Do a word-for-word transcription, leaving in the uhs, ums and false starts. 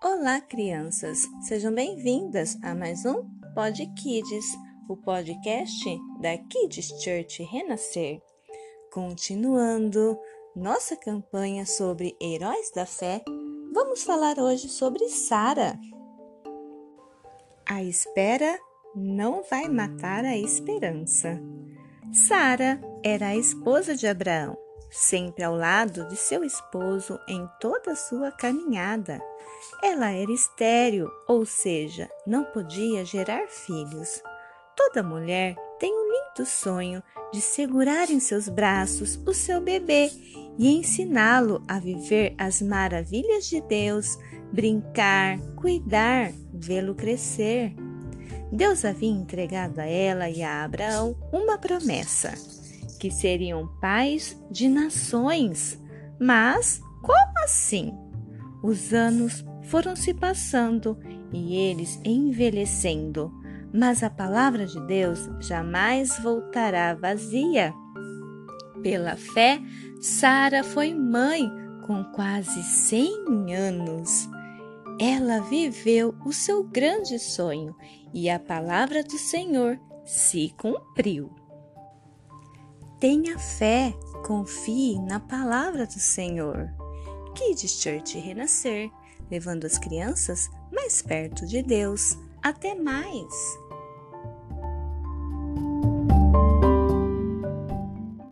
Olá, crianças! Sejam bem-vindas a mais um Pod Kids, o podcast da Kids Church Renascer. Continuando nossa campanha sobre heróis da fé, vamos falar hoje sobre Sara. A espera não vai matar a esperança. Sara era a esposa de Abraão, sempre ao lado de seu esposo em toda a sua caminhada. Ela era estéril, ou seja, não podia gerar filhos. Toda mulher tem um lindo sonho de segurar em seus braços o seu bebê e ensiná-lo a viver as maravilhas de Deus, brincar, cuidar, vê-lo crescer. Deus havia entregado a ela e a Abraão uma promessa, que seriam pais de nações. Mas como assim? Os anos foram se passando e eles envelhecendo, mas a palavra de Deus jamais voltará vazia. Pela fé, Sara foi mãe com quase cem anos. Ela viveu o seu grande sonho e a palavra do Senhor se cumpriu. Tenha fé, confie na palavra do Senhor. Kids Church Renascer, levando as crianças mais perto de Deus. Até mais!